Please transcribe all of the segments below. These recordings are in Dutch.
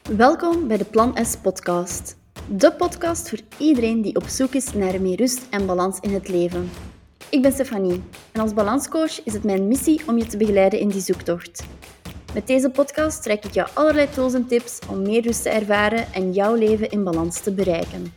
Welkom bij de Plan S podcast. De podcast voor iedereen die op zoek is naar meer rust en balans in het leven. Ik ben Stefanie en als balanscoach is het mijn missie om je te begeleiden in die zoektocht. Met deze podcast reik ik jou allerlei tools en tips om meer rust te ervaren en jouw leven in balans te bereiken.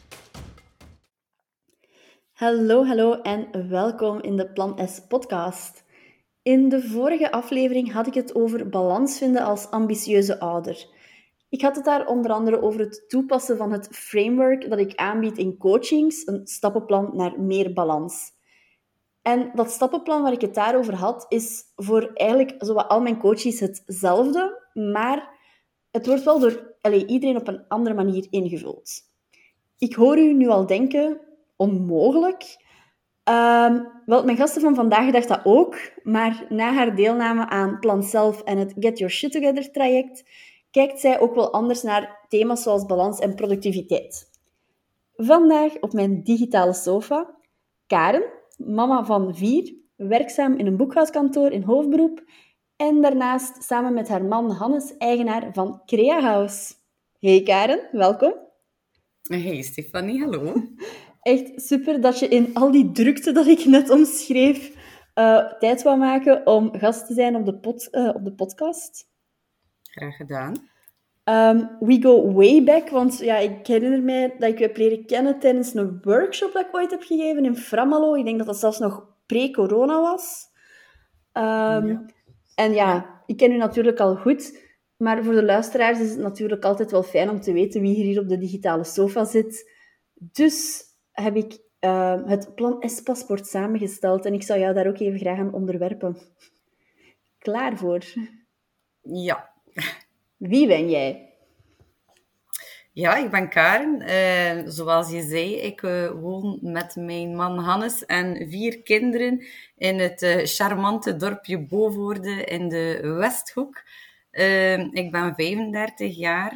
Hallo en welkom in de Plan S podcast. In de vorige aflevering had ik het over balans vinden als ambitieuze ouder. Ik had het daar onder andere over het toepassen van het framework dat ik aanbied in coachings, een stappenplan naar meer balans. En dat stappenplan waar ik het daarover had, is voor eigenlijk zowat al mijn coaches hetzelfde, maar het wordt wel door iedereen op een andere manier ingevuld. Ik hoor u nu al denken, onmogelijk. Wel, mijn gasten van vandaag dacht dat ook, maar na haar deelname aan Plan Self en het Get Your Shit Together traject, kijkt zij ook wel anders naar thema's zoals balans en productiviteit. Vandaag op mijn digitale sofa, Karen, mama van 4, werkzaam in een boekhoudkantoor in hoofdberoep en daarnaast samen met haar man Hannes, eigenaar van Crea House. Hey Karen, welkom. Hey Stefanie, hallo. Echt super dat je in al die drukte dat ik net omschreef tijd wou maken om gast te zijn op de podcast. Graag gedaan. We go way back, want ja, ik herinner mij dat ik u heb leren kennen tijdens een workshop dat ik ooit heb gegeven in Frammelo. Ik denk dat dat zelfs nog pre-corona was. Ja. En ja, ik ken u natuurlijk al goed, maar voor de luisteraars is het natuurlijk altijd wel fijn om te weten wie hier op de digitale sofa zit. Dus heb ik het Plan S-paspoort samengesteld en ik zou jou daar ook even graag aan onderwerpen. Klaar voor? Ja. Wie ben jij? Ja, ik ben Karen. Zoals je zei, ik woon met mijn man Hannes en 4 kinderen in het charmante dorpje Bovoorde in de Westhoek. Ik ben 35 jaar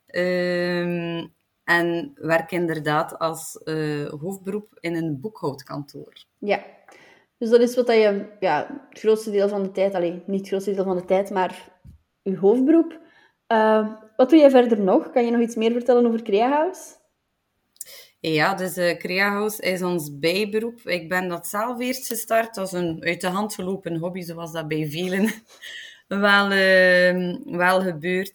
en werk inderdaad als hoofdberoep in een boekhoudkantoor. Ja, dus dat is wat dat je het grootste deel van de tijd, niet het grootste deel van de tijd, maar je hoofdberoep. Wat doe jij verder nog? Kan je nog iets meer vertellen over Crea House? Ja, dus Crea House is ons bijberoep. Ik ben dat zelf eerst gestart als een uit de hand gelopen hobby, zoals dat bij velen wel gebeurt.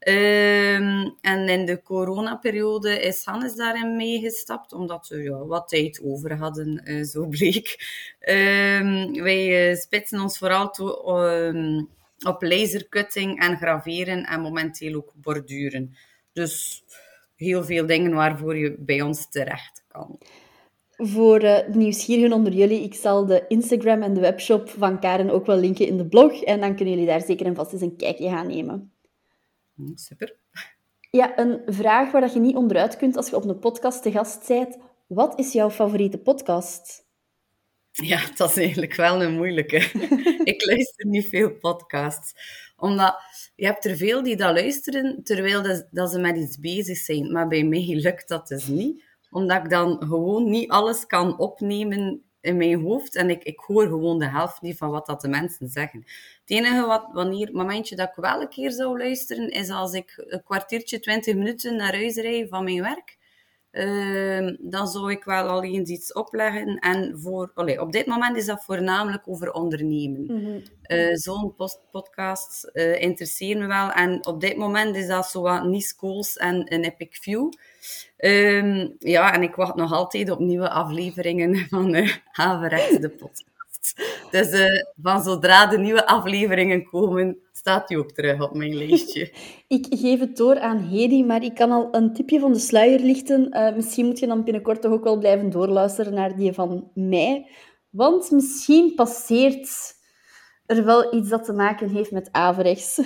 En in de coronaperiode is Hannes daarin meegestapt, omdat we wat tijd over hadden, zo bleek. Wij spitsen ons vooral toe op lasercutting en graveren en momenteel ook borduren. Dus heel veel dingen waarvoor je bij ons terecht kan. Voor de nieuwsgierigen onder jullie, ik zal de Instagram en de webshop van Karen ook wel linken in de blog en dan kunnen jullie daar zeker en vast eens een kijkje gaan nemen. Super. Ja, een vraag waar je niet onderuit kunt als je op een podcast te gast bent. Wat is jouw favoriete podcast? Ja, dat is eigenlijk wel een moeilijke. Ik luister niet veel podcasts. Omdat je hebt er veel die dat luisteren terwijl dat ze met iets bezig zijn. Maar bij mij lukt dat dus niet. Omdat ik dan gewoon niet alles kan opnemen in mijn hoofd. En ik hoor gewoon de helft niet van wat dat de mensen zeggen. Het enige momentje dat ik wel een keer zou luisteren, is als ik een kwartiertje, 20 minuten naar huis rijd van mijn werk. Dan zou ik wel al eens iets opleggen. En op dit moment is dat voornamelijk over ondernemen. Mm-hmm. Zo'n podcast interesseert me wel. En op dit moment is dat zo wat Nice Coles en een Epic View. En ik wacht nog altijd op nieuwe afleveringen van Haverrecht, de podcast. Dus van zodra de nieuwe afleveringen komen, staat die ook terug op mijn lijstje. Ik geef het door aan Hedy, maar ik kan al een tipje van de sluier lichten. Misschien moet je dan binnenkort toch ook wel blijven doorluisteren naar die van mij. Want misschien passeert er wel iets dat te maken heeft met averechts.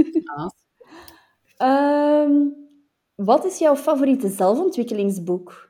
Ja. Wat is jouw favoriete zelfontwikkelingsboek?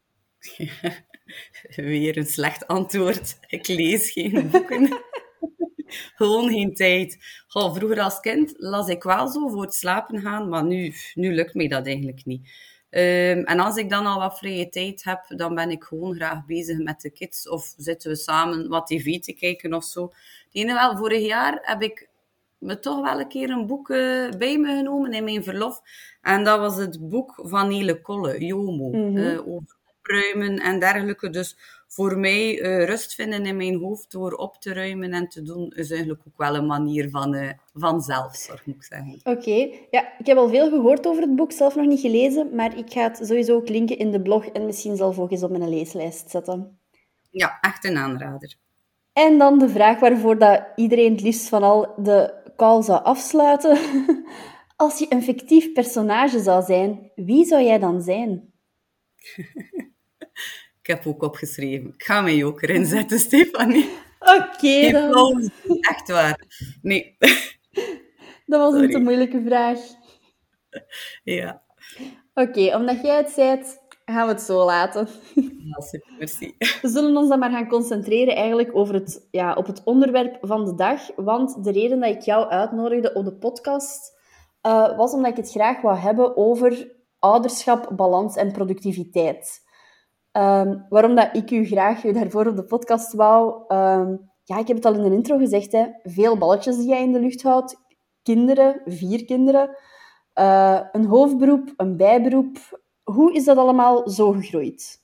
Weer een slecht antwoord. Ik lees geen boeken. Gewoon geen tijd. Vroeger als kind las ik wel zo voor het slapen gaan, maar nu lukt mij dat eigenlijk niet. En als ik dan al wat vrije tijd heb, dan ben ik gewoon graag bezig met de kids of zitten we samen wat tv te kijken of zo. Het ene wel, vorig jaar heb ik me toch wel een keer een boek bij me genomen in mijn verlof. En dat was het boek van Nele Kolle, Jomo. Over opruimen en dergelijke. Dus voor mij rust vinden in mijn hoofd door op te ruimen en te doen, is eigenlijk ook wel een manier van zelfzorg, moet ik zeggen. Oké. Ja, ik heb al veel gehoord over het boek, zelf nog niet gelezen, maar ik ga het sowieso ook linken in de blog en misschien zelf ook eens op mijn leeslijst zetten. Ja, echt een aanrader. En dan de vraag waarvoor dat iedereen het liefst van al de call zou afsluiten. Als je een fictief personage zou zijn, wie zou jij dan zijn? Ik heb ook opgeschreven. Ik ga mijn joker inzetten, Stefanie. Oké, dan. Echt waar. Nee. Dat was Sorry. een te moeilijke vraag. Ja. Oké, omdat jij het zei, gaan we het zo laten. Ja, super, merci. We zullen ons dan maar gaan concentreren eigenlijk op het onderwerp van de dag. Want de reden dat ik jou uitnodigde op de podcast was omdat ik het graag wou hebben over ouderschap, balans en productiviteit. Waarom dat ik u graag daarvoor op de podcast wou... ik heb het al in de intro gezegd, hè, veel balletjes die jij in de lucht houdt. Kinderen, 4 kinderen. Een hoofdberoep, een bijberoep. Hoe is dat allemaal zo gegroeid?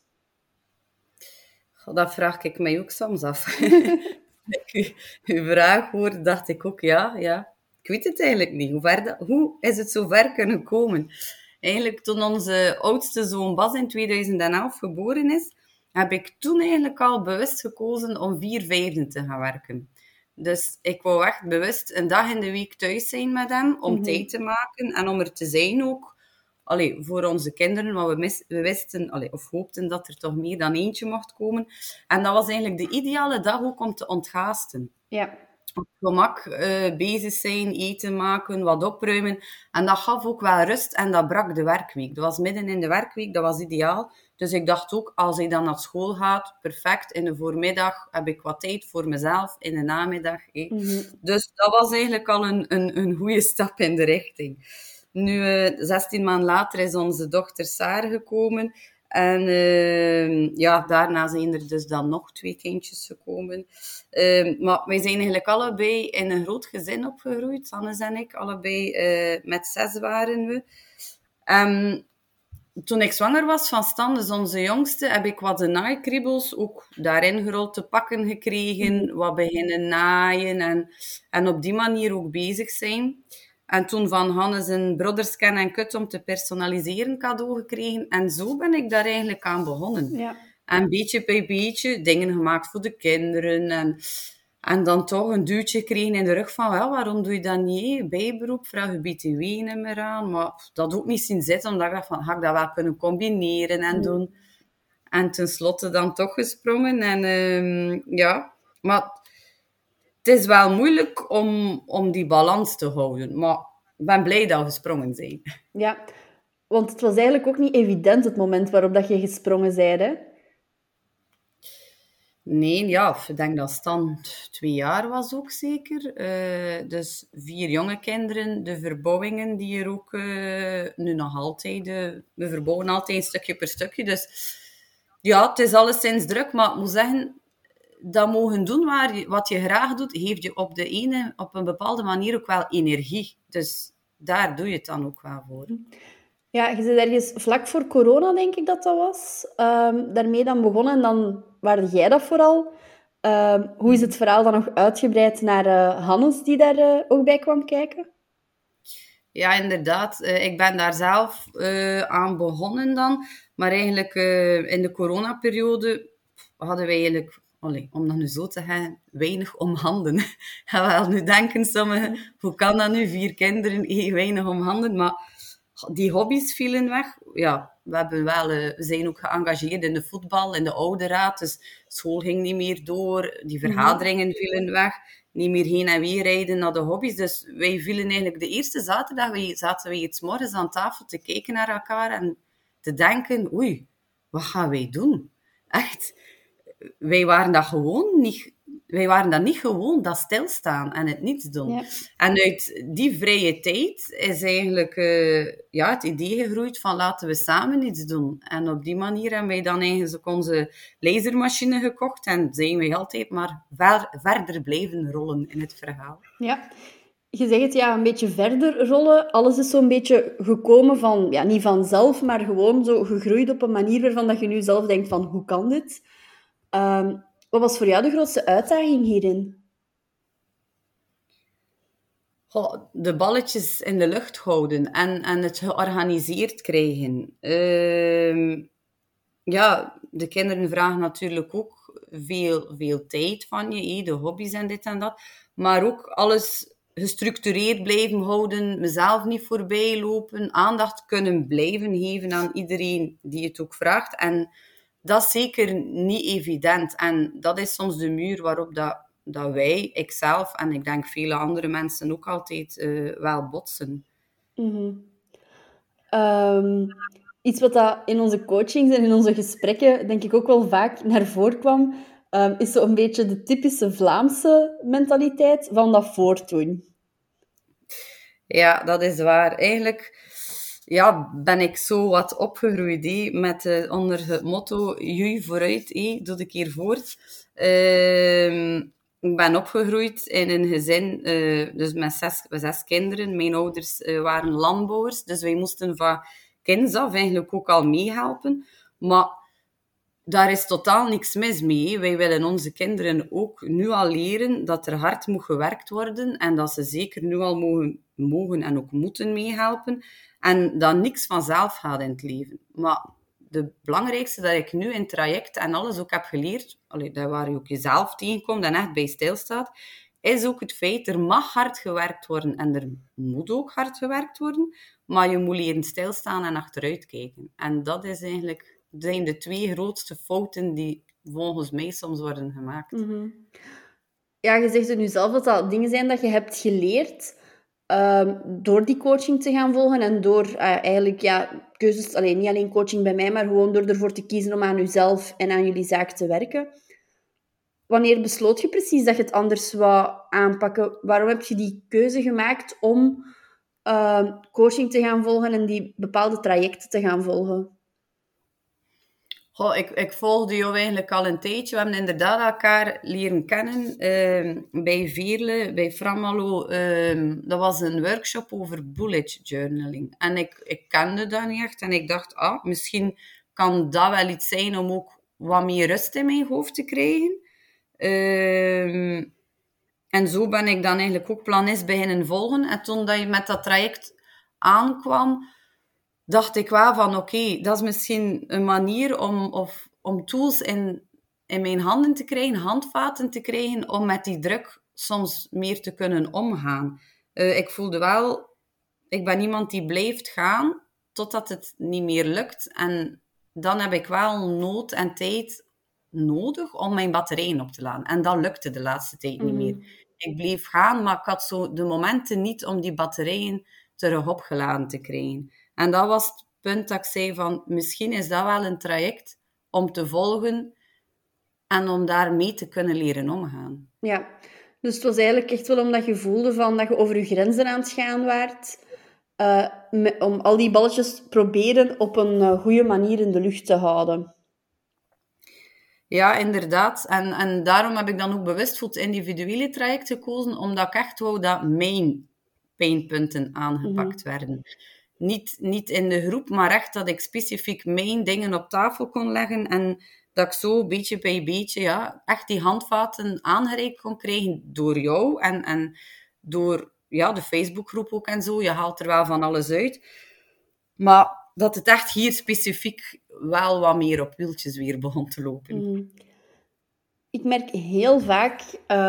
Dat vraag ik mij ook soms af. Uw vraag hoorde, dacht ik ook, ja. Ik weet het eigenlijk niet. Hoe is het zo ver kunnen komen? Eigenlijk toen onze oudste zoon Bas in 2011 geboren is, heb ik toen eigenlijk al bewust gekozen om 4/5 te gaan werken. Dus ik wou echt bewust een dag in de week thuis zijn met hem, om tijd te maken en om er te zijn ook. Voor onze kinderen, want we wisten, of hoopten dat er toch meer dan eentje mocht komen. En dat was eigenlijk de ideale dag ook om te onthaasten. Ja. Op gemak bezig zijn, eten maken, wat opruimen. En dat gaf ook wel rust en dat brak de werkweek. Dat was midden in de werkweek, dat was ideaal. Dus ik dacht ook, als hij dan naar school gaat, perfect. In de voormiddag heb ik wat tijd voor mezelf, in de namiddag. Dus dat was eigenlijk al een goede stap in de richting. Nu, 16 maanden later is onze dochter Sarah gekomen. En daarna zijn er dus dan nog 2 kindjes gekomen. Maar wij zijn eigenlijk allebei in een groot gezin opgegroeid. Hannes en ik, allebei met 6 waren we. Toen ik zwanger was van Stan, dus onze jongste, heb ik wat de naaikriebels ook daarin gerold te pakken gekregen. Wat beginnen naaien en op die manier ook bezig zijn. En toen van Hannes een broderscan en kut om te personaliseren cadeau gekregen. En zo ben ik daar eigenlijk aan begonnen. Ja. En beetje bij beetje dingen gemaakt voor de kinderen. En dan toch een duwtje kregen in de rug van, wel, waarom doe je dat niet? Bijberoep, vraag je BTW-nummer aan. Maar dat ook niet zien zitten, omdat ik dacht van, ga ik dat wel kunnen combineren en doen? En tenslotte dan toch gesprongen. En maar het is wel moeilijk om die balans te houden. Maar ik ben blij dat we gesprongen zijn. Ja, want het was eigenlijk ook niet evident het moment waarop dat je gesprongen bent, hè? Nee, ik denk dat Stan 2 jaar was ook zeker. Dus 4 jonge kinderen, de verbouwingen die er ook nu nog altijd... we verbouwen altijd een stukje per stukje. Dus ja, het is alleszins druk, maar ik moet zeggen... Dat mogen doen wat je graag doet, geeft je op een bepaalde manier ook wel energie. Dus daar doe je het dan ook wel voor. Ja, je bent ergens vlak voor corona, denk ik dat was. Daarmee dan begonnen en dan waarde jij dat vooral. Hoe is het verhaal dan nog uitgebreid naar Hannes, die daar ook bij kwam kijken? Ja, inderdaad. Ik ben daar zelf aan begonnen dan. Maar eigenlijk in de coronaperiode hadden wij eigenlijk... om dat nu zo te gaan, weinig om handen. En wel, nu denken sommigen, hoe kan dat nu? 4 kinderen, weinig om handen. Maar die hobby's vielen weg. Ja, we zijn ook geëngageerd in de voetbal, in de ouderraad. Dus school ging niet meer door. Die vergaderingen vielen weg. Niet meer heen en weer rijden naar de hobby's. Dus wij vielen eigenlijk de eerste zaterdag, zaten wij iets morgens aan tafel te kijken naar elkaar en te denken, oei, wat gaan wij doen? Echt... Wij waren dat niet gewoon, dat stilstaan en het niets doen. Ja. En uit die vrije tijd is eigenlijk het idee gegroeid van laten we samen iets doen. En op die manier hebben wij dan eigenlijk onze lasermachine gekocht en zijn wij altijd maar verder blijven rollen in het verhaal. Ja. Je zegt het, ja, een beetje verder rollen. Alles is zo'n beetje gekomen van, ja, niet vanzelf, maar gewoon zo gegroeid op een manier waarvan dat je nu zelf denkt van, hoe kan dit? Wat was voor jou de grootste uitdaging hierin? De balletjes in de lucht houden en het georganiseerd krijgen. Ja, de kinderen vragen natuurlijk ook veel tijd van je, de hobby's en dit en dat. Maar ook alles gestructureerd blijven houden, mezelf niet voorbij lopen, aandacht kunnen blijven geven aan iedereen die het ook vraagt. En dat is zeker niet evident. En dat is soms de muur waarop dat wij, ikzelf en ik denk vele andere mensen ook altijd wel botsen. Iets wat dat in onze coachings en in onze gesprekken, denk ik, ook wel vaak naar voren kwam, is zo'n beetje de typische Vlaamse mentaliteit van dat voortdoen. Ja, dat is waar. Eigenlijk ben ik zo wat opgegroeid met onder het motto "Joei vooruit, doe de keer voort". Ik ben opgegroeid in een gezin, dus met zes kinderen. Mijn ouders waren landbouwers, dus wij moesten van kinds af eigenlijk ook al meehelpen. Maar daar is totaal niks mis mee. Wij willen onze kinderen ook nu al leren dat er hard moet gewerkt worden en dat ze zeker nu al mogen en ook moeten meehelpen. En dat niks vanzelf gaat in het leven. Maar de belangrijkste dat ik nu in het traject en alles ook heb geleerd, daar waar je ook jezelf tegenkomt en echt bij stilstaat, is ook het feit, er mag hard gewerkt worden en er moet ook hard gewerkt worden, maar je moet leren stilstaan en achteruit kijken. En dat is eigenlijk zijn de twee grootste fouten die volgens mij soms worden gemaakt. Ja, je zegt het nu zelf dat dat dingen zijn dat je hebt geleerd door die coaching te gaan volgen en door eigenlijk keuzes, niet alleen coaching bij mij, maar gewoon door ervoor te kiezen om aan jezelf en aan jullie zaak te werken. Wanneer besloot je precies dat je het anders wou aanpakken? Waarom heb je die keuze gemaakt om coaching te gaan volgen en die bepaalde trajecten te gaan volgen? Ik volgde jou eigenlijk al een tijdje. We hebben inderdaad elkaar leren kennen bij Veerle, bij Framalo. Dat was een workshop over bullet journaling. En ik kende dat niet echt. En ik dacht, misschien kan dat wel iets zijn om ook wat meer rust in mijn hoofd te krijgen. En zo ben ik dan eigenlijk ook Plan S beginnen volgen. En toen dat je met dat traject aankwam, dacht ik wel van oké, dat is misschien een manier om tools in mijn handen te krijgen, handvaten te krijgen, om met die druk soms meer te kunnen omgaan. Ik voelde wel, ik ben iemand die blijft gaan totdat het niet meer lukt. En dan heb ik wel nood en tijd nodig om mijn batterijen op te laden. En dat lukte de laatste tijd niet meer. Ik bleef gaan, maar ik had zo de momenten niet om die batterijen terug opgeladen te krijgen. En dat was het punt dat ik zei van, misschien is dat wel een traject om te volgen en om daarmee te kunnen leren omgaan. Ja, dus het was eigenlijk echt wel omdat je voelde van dat je over je grenzen aan het gaan waart, om al die balletjes proberen op een goede manier in de lucht te houden. Ja, inderdaad. En daarom heb ik dan ook bewust voor het individuele traject gekozen, omdat ik echt wou dat mijn pijnpunten aangepakt werden. Niet in de groep, maar echt dat ik specifiek mijn dingen op tafel kon leggen en dat ik zo beetje bij beetje echt die handvaten aangereikt kon krijgen door jou en door de Facebookgroep ook en zo. Je haalt er wel van alles uit. Maar dat het echt hier specifiek wel wat meer op wieltjes weer begon te lopen. Ik merk heel vaak,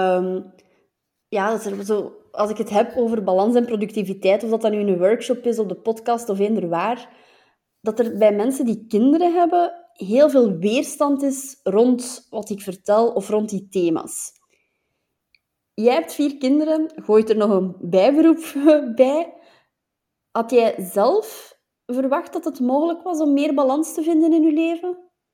dat er zo, als ik het heb over balans en productiviteit, of dat nu in een workshop is, op de podcast of eender waar, dat er bij mensen die kinderen hebben heel veel weerstand is rond wat ik vertel of rond die thema's. Jij hebt 4 kinderen, gooit er nog een bijberoep bij. Had jij zelf verwacht dat het mogelijk was om meer balans te vinden in je leven?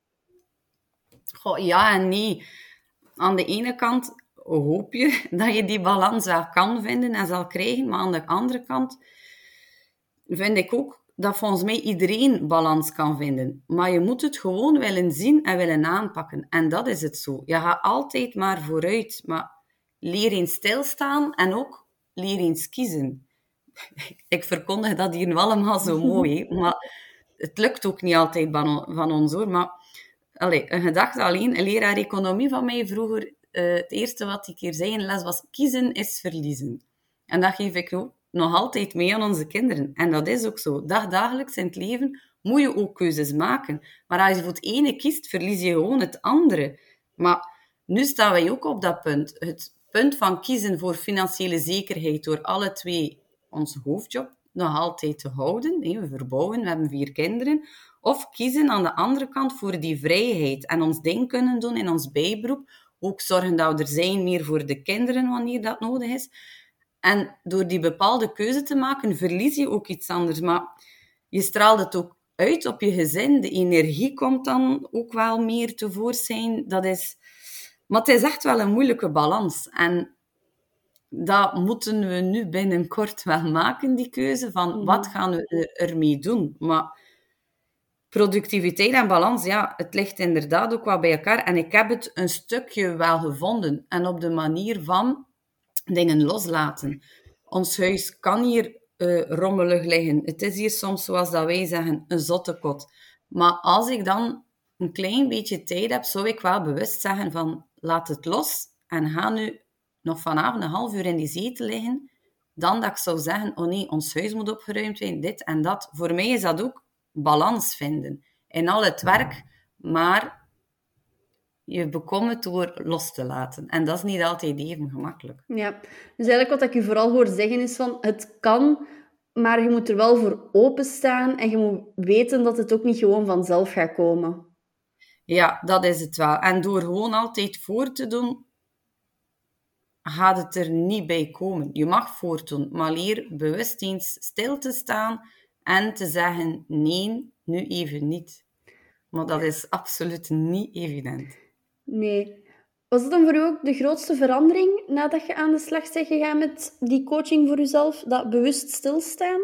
Ja en nee. Aan de ene kant hoop je dat je die balans wel kan vinden en zal krijgen, maar aan de andere kant vind ik ook dat volgens mij iedereen balans kan vinden. Maar je moet het gewoon willen zien en willen aanpakken. En dat is het zo. Je gaat altijd maar vooruit, maar leer eens stilstaan en ook leer eens kiezen. Ik verkondig dat hier nu allemaal zo mooi, hè, maar het lukt ook niet altijd van ons, hoor. Maar een gedachte alleen. Een leraar economie van mij vroeger, het eerste wat ik hier zei in les was, kiezen is verliezen. En dat geef ik ook nog altijd mee aan onze kinderen. En dat is ook zo. Dagelijks in het leven moet je ook keuzes maken. Maar als je voor het ene kiest, verlies je gewoon het andere. Maar nu staan wij ook op dat punt. Het punt van kiezen voor financiële zekerheid door alle twee onze hoofdjob nog altijd te houden. We verbouwen, we hebben 4 kinderen. Of kiezen aan de andere kant voor die vrijheid en ons ding kunnen doen in ons bijberoep. Ook zorgen dat we er zijn meer voor de kinderen wanneer dat nodig is. En door die bepaalde keuze te maken, verlies je ook iets anders. Maar je straalt het ook uit op je gezin. De energie komt dan ook wel meer tevoorschijn. Maar het is echt wel een moeilijke balans. En dat moeten we nu binnenkort wel maken, die keuze. Van wat gaan we ermee doen? Maar productiviteit en balans, ja, het ligt inderdaad ook wel bij elkaar. En ik heb het een stukje wel gevonden. En op de manier van dingen loslaten. Ons huis kan hier rommelig liggen. Het is hier soms, zoals dat wij zeggen, een zottekot. Maar als ik dan een klein beetje tijd heb, zou ik wel bewust zeggen van, laat het los en ga nu nog vanavond een half uur in die zetel liggen. Dan dat ik zou zeggen, oh nee, ons huis moet opgeruimd zijn, dit en dat. Voor mij is dat ook balans vinden in al het werk, maar je bekomt het door los te laten. En dat is niet altijd even gemakkelijk. Ja, dus eigenlijk wat ik je vooral hoor zeggen is van, het kan, maar je moet er wel voor openstaan en je moet weten dat het ook niet gewoon vanzelf gaat komen. Ja, dat is het wel. En door gewoon altijd voor te doen, gaat het er niet bij komen. Je mag voortdoen, maar leer bewust eens stil te staan en te zeggen, nee, nu even niet. Maar dat is absoluut niet evident. Nee. Was dat dan voor u ook de grootste verandering nadat je aan de slag bent gegaan met die coaching voor jezelf? Dat bewust stilstaan?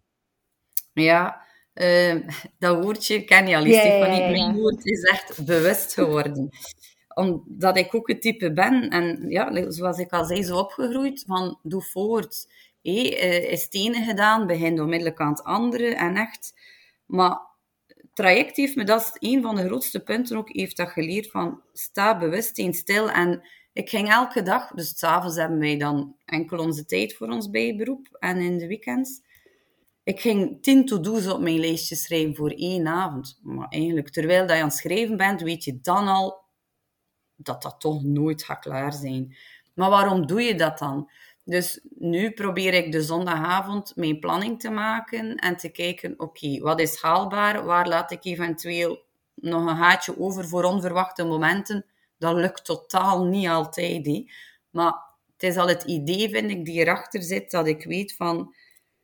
Ja, dat woordje ken je al eens, Stefanie. Mijn woord is echt bewust geworden. Omdat ik ook het type ben, en ja, zoals ik al zei, zo opgegroeid, van doe voort. Is het ene gedaan, begin onmiddellijk aan het andere, en echt. Maar het traject heeft me, dat is een van de grootste punten ook, heeft dat geleerd van, sta bewust eens stil. En ik ging elke dag, dus 's avonds hebben wij dan enkel onze tijd voor ons bijberoep, en in de weekends. Ik ging 10 to-do's op mijn lijstje schrijven voor 1 avond. Maar eigenlijk, terwijl dat je aan het schrijven bent, weet je dan al dat toch nooit gaat klaar zijn. Maar waarom doe je dat dan? Dus nu probeer ik de zondagavond mijn planning te maken en te kijken, oké, wat is haalbaar? Waar laat ik eventueel nog een gaatje over voor onverwachte momenten? Dat lukt totaal niet altijd, hè. Maar het is al het idee, vind ik, die erachter zit, dat ik weet van,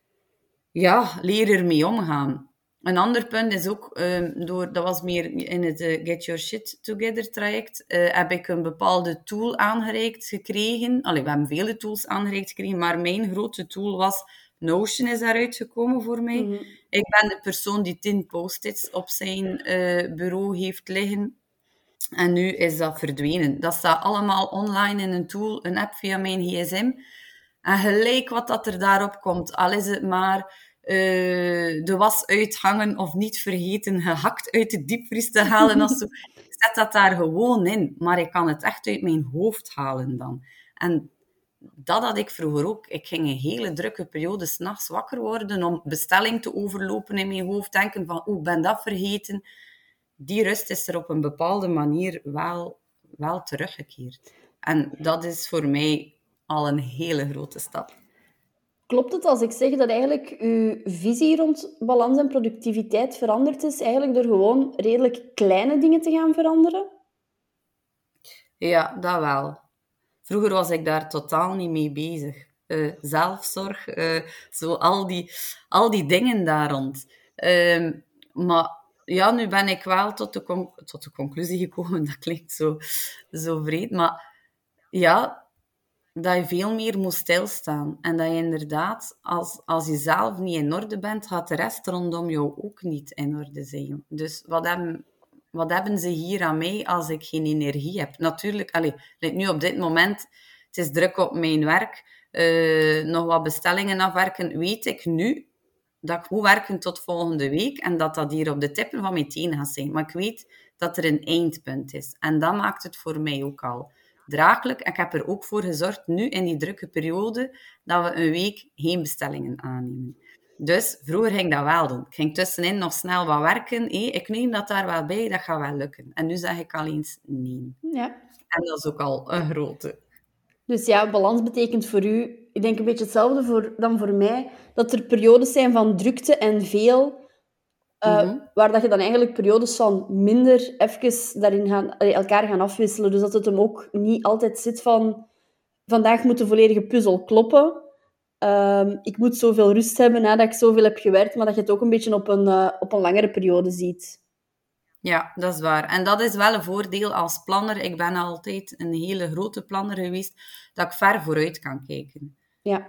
ja, leer ermee omgaan. Een ander punt is ook, dat was meer in het Get Your Shit Together traject, heb ik een bepaalde tool aangereikt gekregen. We hebben vele tools aangereikt gekregen, maar mijn grote tool was Notion is daaruit gekomen voor mij. Ik ben de persoon die 10 post-its op zijn bureau heeft liggen. En nu is dat verdwenen. Dat staat allemaal online in een tool, een app via mijn gsm. En gelijk wat dat er daarop komt, al is het maar de was uithangen of niet vergeten gehakt uit de diepvries te halen of zo. Ik zet dat daar gewoon in, maar ik kan het echt uit mijn hoofd halen dan. En dat had ik vroeger ook. Ik ging een hele drukke periode 's nachts wakker worden om bestelling te overlopen in mijn hoofd, denken van, ik ben dat vergeten. Die rust is er op een bepaalde manier wel teruggekeerd. En dat is voor mij al een hele grote stap. Klopt het als ik zeg dat eigenlijk uw visie rond balans en productiviteit veranderd is, eigenlijk door gewoon redelijk kleine dingen te gaan veranderen? Ja, dat wel. Vroeger was ik daar totaal niet mee bezig. Zelfzorg, zo al die dingen daar rond. Maar ja, nu ben ik wel tot de conclusie gekomen, dat klinkt zo vreed, maar ja, dat je veel meer moet stilstaan. En dat je inderdaad, als je zelf niet in orde bent, gaat de rest rondom jou ook niet in orde zijn. Dus wat hebben ze hier aan mij als ik geen energie heb? Natuurlijk, nu op dit moment, het is druk op mijn werk, nog wat bestellingen afwerken, weet ik nu dat ik moet werken tot volgende week en dat hier op de tippen van mijn teen gaat zijn. Maar ik weet dat er een eindpunt is. En dat maakt het voor mij ook al draaglijk. En ik heb er ook voor gezorgd, nu in die drukke periode, dat we een week geen bestellingen aannemen. Dus vroeger ging ik dat wel doen. Ik ging tussenin nog snel wat werken. Ik neem dat daar wel bij, dat gaat wel lukken. En nu zeg ik al eens nee. Ja. En dat is ook al een grote. Dus ja, balans betekent voor u, ik denk een beetje hetzelfde dan voor mij, dat er periodes zijn van drukte en veel, waar dat je dan eigenlijk periodes van minder even daarin elkaar gaan afwisselen. Dus dat het hem ook niet altijd zit van, vandaag moet de volledige puzzel kloppen. Ik moet zoveel rust hebben nadat ik zoveel heb gewerkt, maar dat je het ook een beetje op een langere periode ziet. Ja, dat is waar. En dat is wel een voordeel als planner. Ik ben altijd een hele grote planner geweest, dat ik ver vooruit kan kijken. Ja.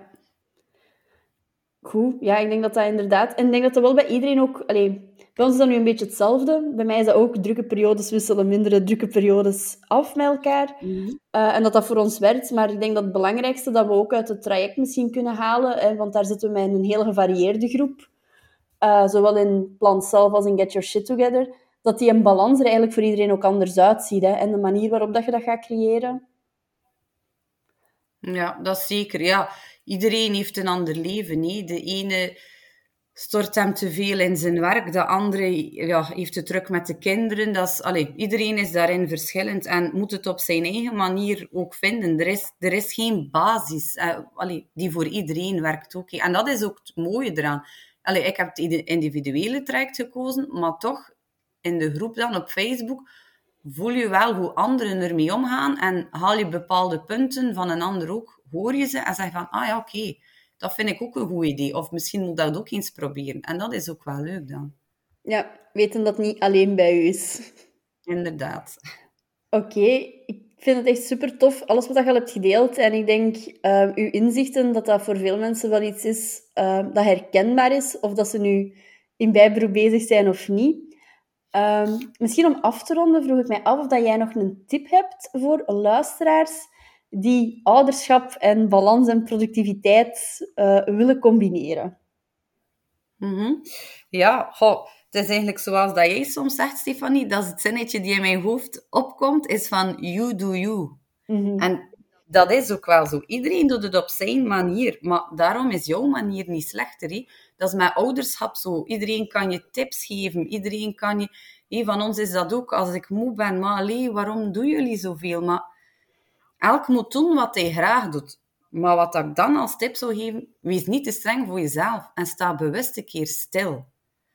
Goed. Ja, ik denk dat dat inderdaad... En ik denk dat dat wel bij iedereen ook... Bij ons is dat nu een beetje hetzelfde. Bij mij is dat ook drukke periodes wisselen mindere drukke periodes af met elkaar. En dat voor ons werkt. Maar ik denk dat het belangrijkste dat we ook uit het traject misschien kunnen halen, want daar zitten we met een heel gevarieerde groep, zowel in Plant zelf als in Get Your Shit Together, dat die een balans er eigenlijk voor iedereen ook anders uitziet. En de manier waarop dat je dat gaat creëren. Ja, dat is zeker. Ja, iedereen heeft een ander leven. Hè. De ene stort hem te veel in zijn werk, de andere heeft het druk met de kinderen. Dat is, iedereen is daarin verschillend en moet het op zijn eigen manier ook vinden. Er is geen basis die voor iedereen werkt ook. En dat is ook het mooie eraan. Ik heb het individuele traject gekozen, maar toch in de groep dan op Facebook voel je wel hoe anderen ermee omgaan en haal je bepaalde punten van een ander ook, hoor je ze en zeg van, oké, dat vind ik ook een goed idee. Of misschien moet ik dat ook eens proberen. En dat is ook wel leuk dan. Ja, weten dat het niet alleen bij u is. Inderdaad. Oké, ik vind het echt super tof, alles wat je al hebt gedeeld. En ik denk, uw inzichten, dat voor veel mensen wel iets is dat herkenbaar is. Of dat ze nu in bijberoep bezig zijn of niet. Misschien om af te ronden, vroeg ik mij af of dat jij nog een tip hebt voor luisteraars die ouderschap en balans en productiviteit willen combineren. Ja, het is eigenlijk zoals dat jij soms zegt, Stefanie, dat is het zinnetje die in mijn hoofd opkomt, is van you do you. En dat is ook wel zo. Iedereen doet het op zijn manier, maar daarom is jouw manier niet slechter. Hè? Dat is met ouderschap zo. Iedereen kan je tips geven, iedereen kan je... van ons is dat ook, als ik moe ben, maar waarom doen jullie zoveel? Maar elk moet doen wat hij graag doet. Maar wat ik dan als tip zou geven, wees niet te streng voor jezelf en sta bewust een keer stil.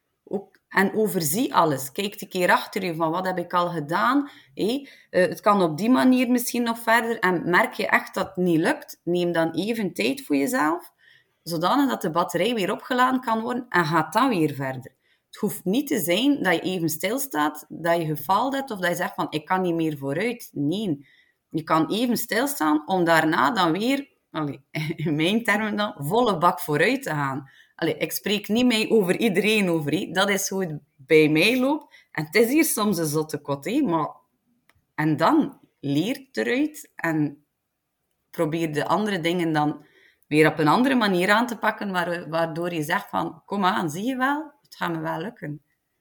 En overzie alles. Kijk een keer achter je van wat heb ik al gedaan. Het kan op die manier misschien nog verder. En merk je echt dat het niet lukt, neem dan even tijd voor jezelf, zodanig dat de batterij weer opgeladen kan worden en gaat dan weer verder. Het hoeft niet te zijn dat je even stilstaat, dat je gefaald hebt of dat je zegt van ik kan niet meer vooruit. Nee, je kan even stilstaan om daarna dan weer, in mijn termen dan, volle bak vooruit te gaan. Ik spreek niet mee over iedereen over. Dat is hoe het bij mij loopt. En het is hier soms een zotte kot. Maar... En dan leer eruit en probeer de andere dingen dan weer op een andere manier aan te pakken, waardoor je zegt van, kom aan, zie je wel, het gaat me wel lukken.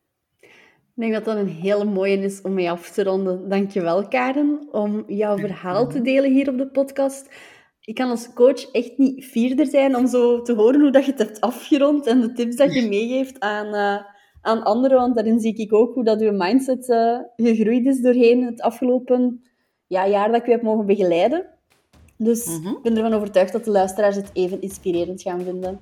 Ik denk dat dat een hele mooie is om mee af te ronden. Dankjewel, Karen, om jouw verhaal te delen hier op de podcast. Ik kan als coach echt niet fierder zijn om zo te horen hoe dat je het hebt afgerond en de tips dat je meegeeft aan anderen. Want daarin zie ik ook hoe dat je mindset gegroeid is doorheen het afgelopen jaar dat ik u heb mogen begeleiden. Dus ik ben ervan overtuigd dat de luisteraars het even inspirerend gaan vinden.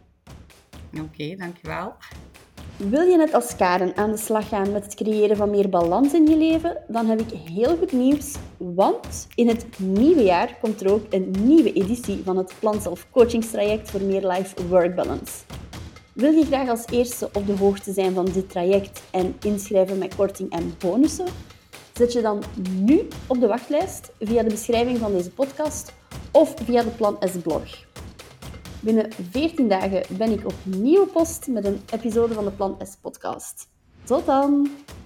Oké, dankjewel. Wil je net als Karen aan de slag gaan met het creëren van meer balans in je leven? Dan heb ik heel goed nieuws, want in het nieuwe jaar komt er ook een nieuwe editie van het Plant Zelf coachingstraject voor meer life-work balance. Wil je graag als eerste op de hoogte zijn van dit traject en inschrijven met korting en bonussen? Zet je dan nu op de wachtlijst via de beschrijving van deze podcast of via de Plan S blog. Binnen 14 dagen ben ik opnieuw post met een episode van de Plan S podcast. Tot dan!